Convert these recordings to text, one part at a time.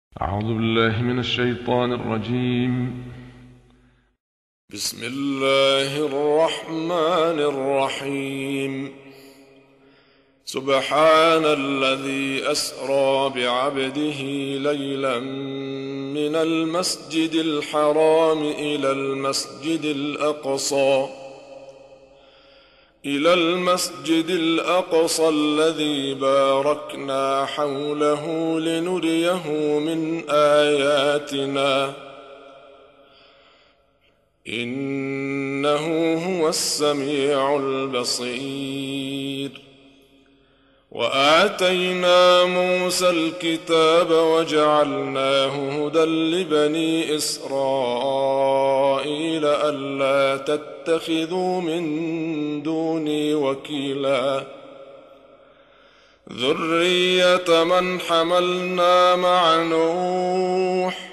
أعوذ بالله من الشيطان الرجيم. بسم الله الرحمن الرحيم. سبحان الذي أسرى بعبده ليلا من المسجد الحرام إلى المسجد الأقصى الذي باركنا حوله لنريه من آياتنا إنه هو السميع البصير. وآتينا موسى الكتاب وجعلناه هدى لبني إسرائيل ألا تتخذوا من دوني وكيلا ذرية من حملنا مع نوح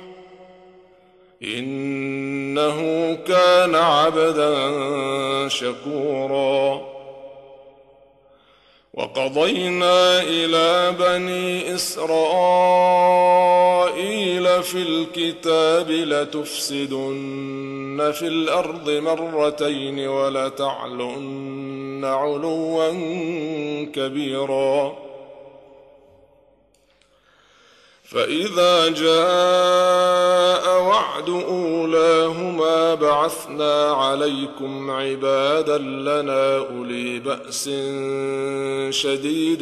إنه كان عبدا شكورا. وقضينا إلى بني إسرائيل في الكتاب لتفسدن في الأرض مرتين ولتعلن علوا كبيرا. فإذا جاء وعد أولاهما بعثنا عليكم عبادا لنا أولي بأس شديد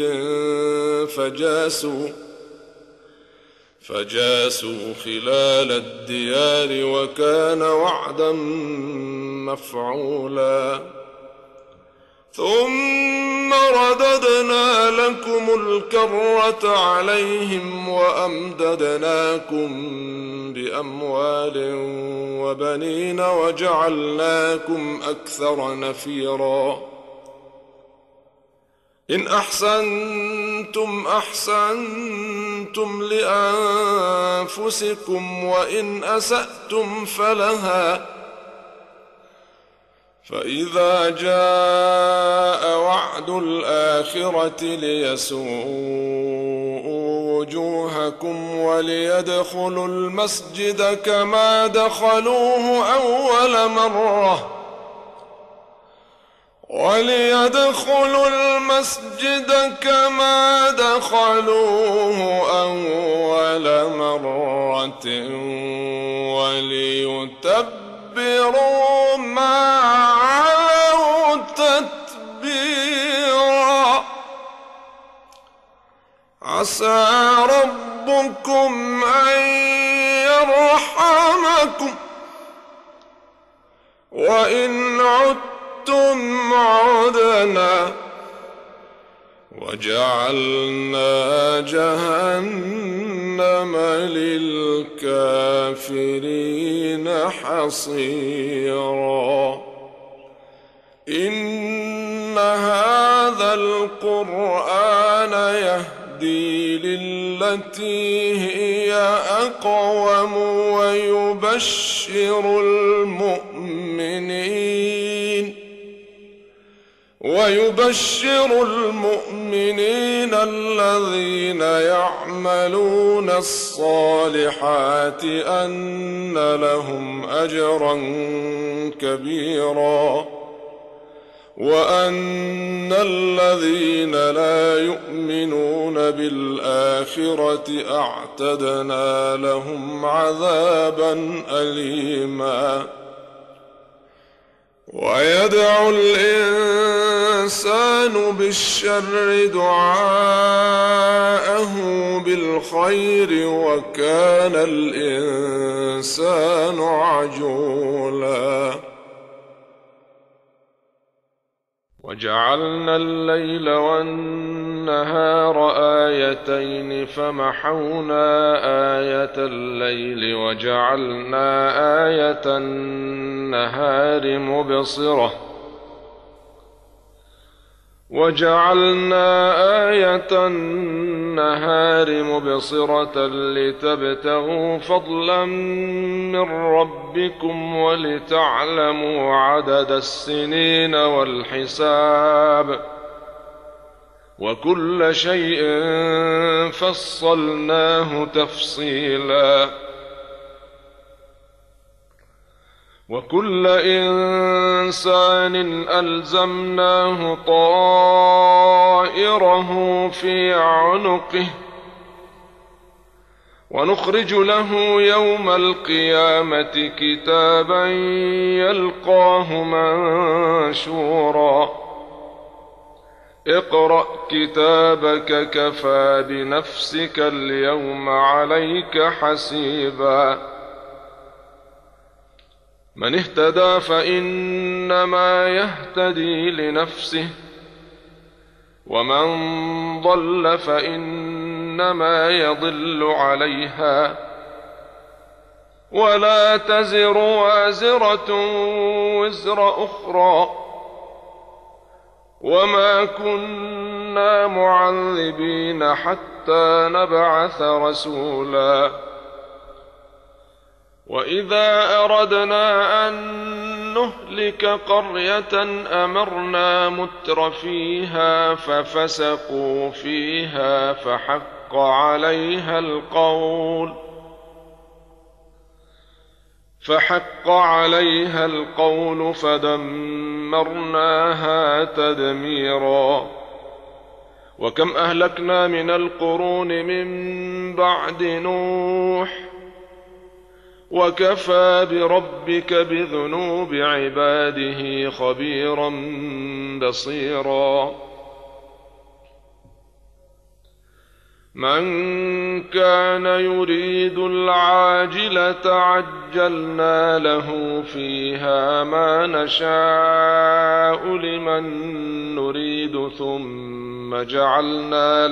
فجاسوا خلال الديار وكان وعدا مفعولا. ثم رددنا لكم الكرة عليهم وأمددناكم بأموال وبنين وجعلناكم أكثر نفيرا. إن أحسنتم أحسنتم لأنفسكم وإن أسأتم فلها. فإذا جاء وعد الآخرة ليسوءوا وجوهكم وليدخلوا المسجد كما دخلوه أول مرة وليتبروا ما علوا تتبيرا. عسى ربكم أن يرحمكم وإن عدتم عدنا وجعلنا جهنم للكافرين حصيرا. إن هذا القرآن يهدي للتي هي أقوم ويبشر المؤمنين الذين يعملون الصالحات أن لهم أجرا كبيرا وأن الذين لا يؤمنون بالآخرة أعتدنا لهم عذابا أليما. ويدعو الإنسان بالشر دعاءه بالخير وكان الإنسان عجولا. وجعلنا الليل والنهار آيتين فمحونا آية الليل وجعلنا آية النهار مبصرة لتبتغوا فضلا من ربكم ولتعلموا عدد السنين والحساب وكل شيء فصلناه تفصيلا وكل إنسان ألزمناه طائره في عنقه ونخرج له يوم القيامة كتابا يلقاه منشورا اقرأ كتابك كفى بنفسك اليوم عليك حسيبا من اهتدى فإنما يهتدي لنفسه ومن ضل فإنما يضل عليها ولا تزر وازرة وزر أخرى وما كنا معذبين حتى نبعث رسولا وإذا أردنا أن نهلك قرية أمرنا متر فيها ففسقوا فيها فحق عليها القول فدمرناها تدميرا وكم أهلكنا من القرون من بعد نوح وكفى بربك بذنوب عباده خبيرا بصيرا من كان يريد العاجلة عجلنا له فيها ما نشاء لمن نريد ثم جعلنا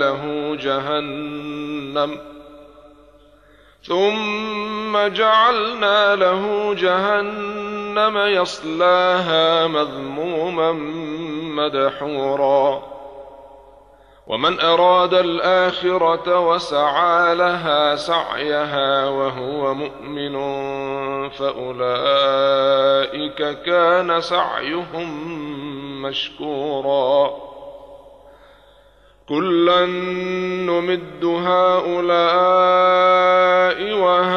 له جهنم يصلاها مذموما مدحورا ومن أراد الآخرة وسعى لها سعيها وهو مؤمن فأولئك كان سعيهم مشكورا كلا نمد هؤلاء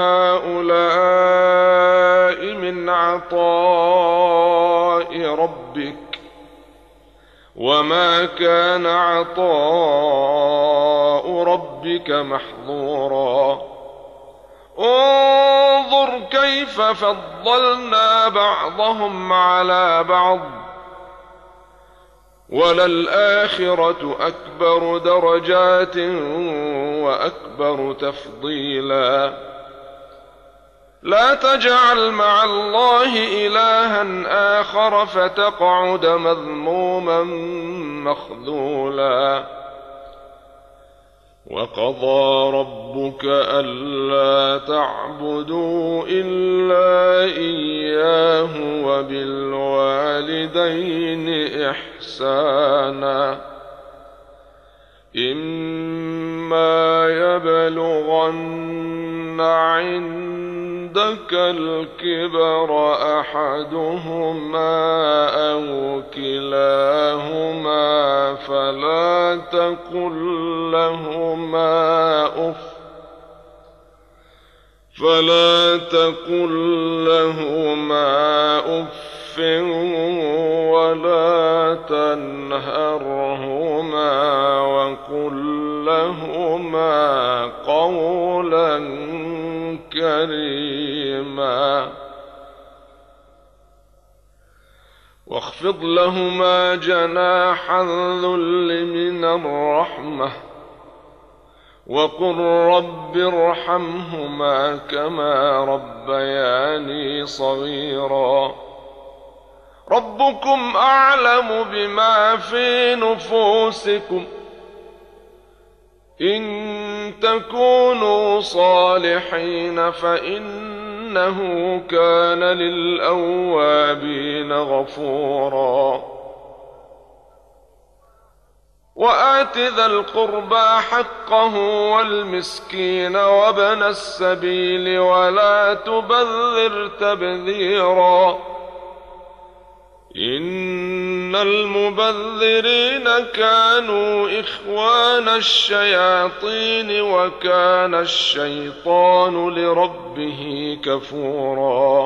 وهؤلاء من عطاء ربك وما كان عطاء ربك محظورا انظر كيف فضلنا بعضهم على بعض وللآخرة أكبر درجات وأكبر تفضيلا لا تجعل مع الله إلها آخر فتقعد مذموما مخذولا وقضى ربك ألا تعبدوا إلا إياه وبالوالدين إحسانا إما يبلغن عندك الكبر أحدهما أو كلاهما فلا تقل لهما أف ولا تنهرهما وقل لهما قولا كريما واخفض لهما جناح الذل من الرحمة وقل رب ارحمهما كما ربياني صغيرا ربكم أعلم بما في نفوسكم إن تكونوا صالحين فإنه كان للأوابين غفورا وآت ذا القربى حقه والمسكين وابن السبيل ولا تبذر تبذيرا إن المبذرين كانوا إخوان الشياطين وكان الشيطان لربه كفورا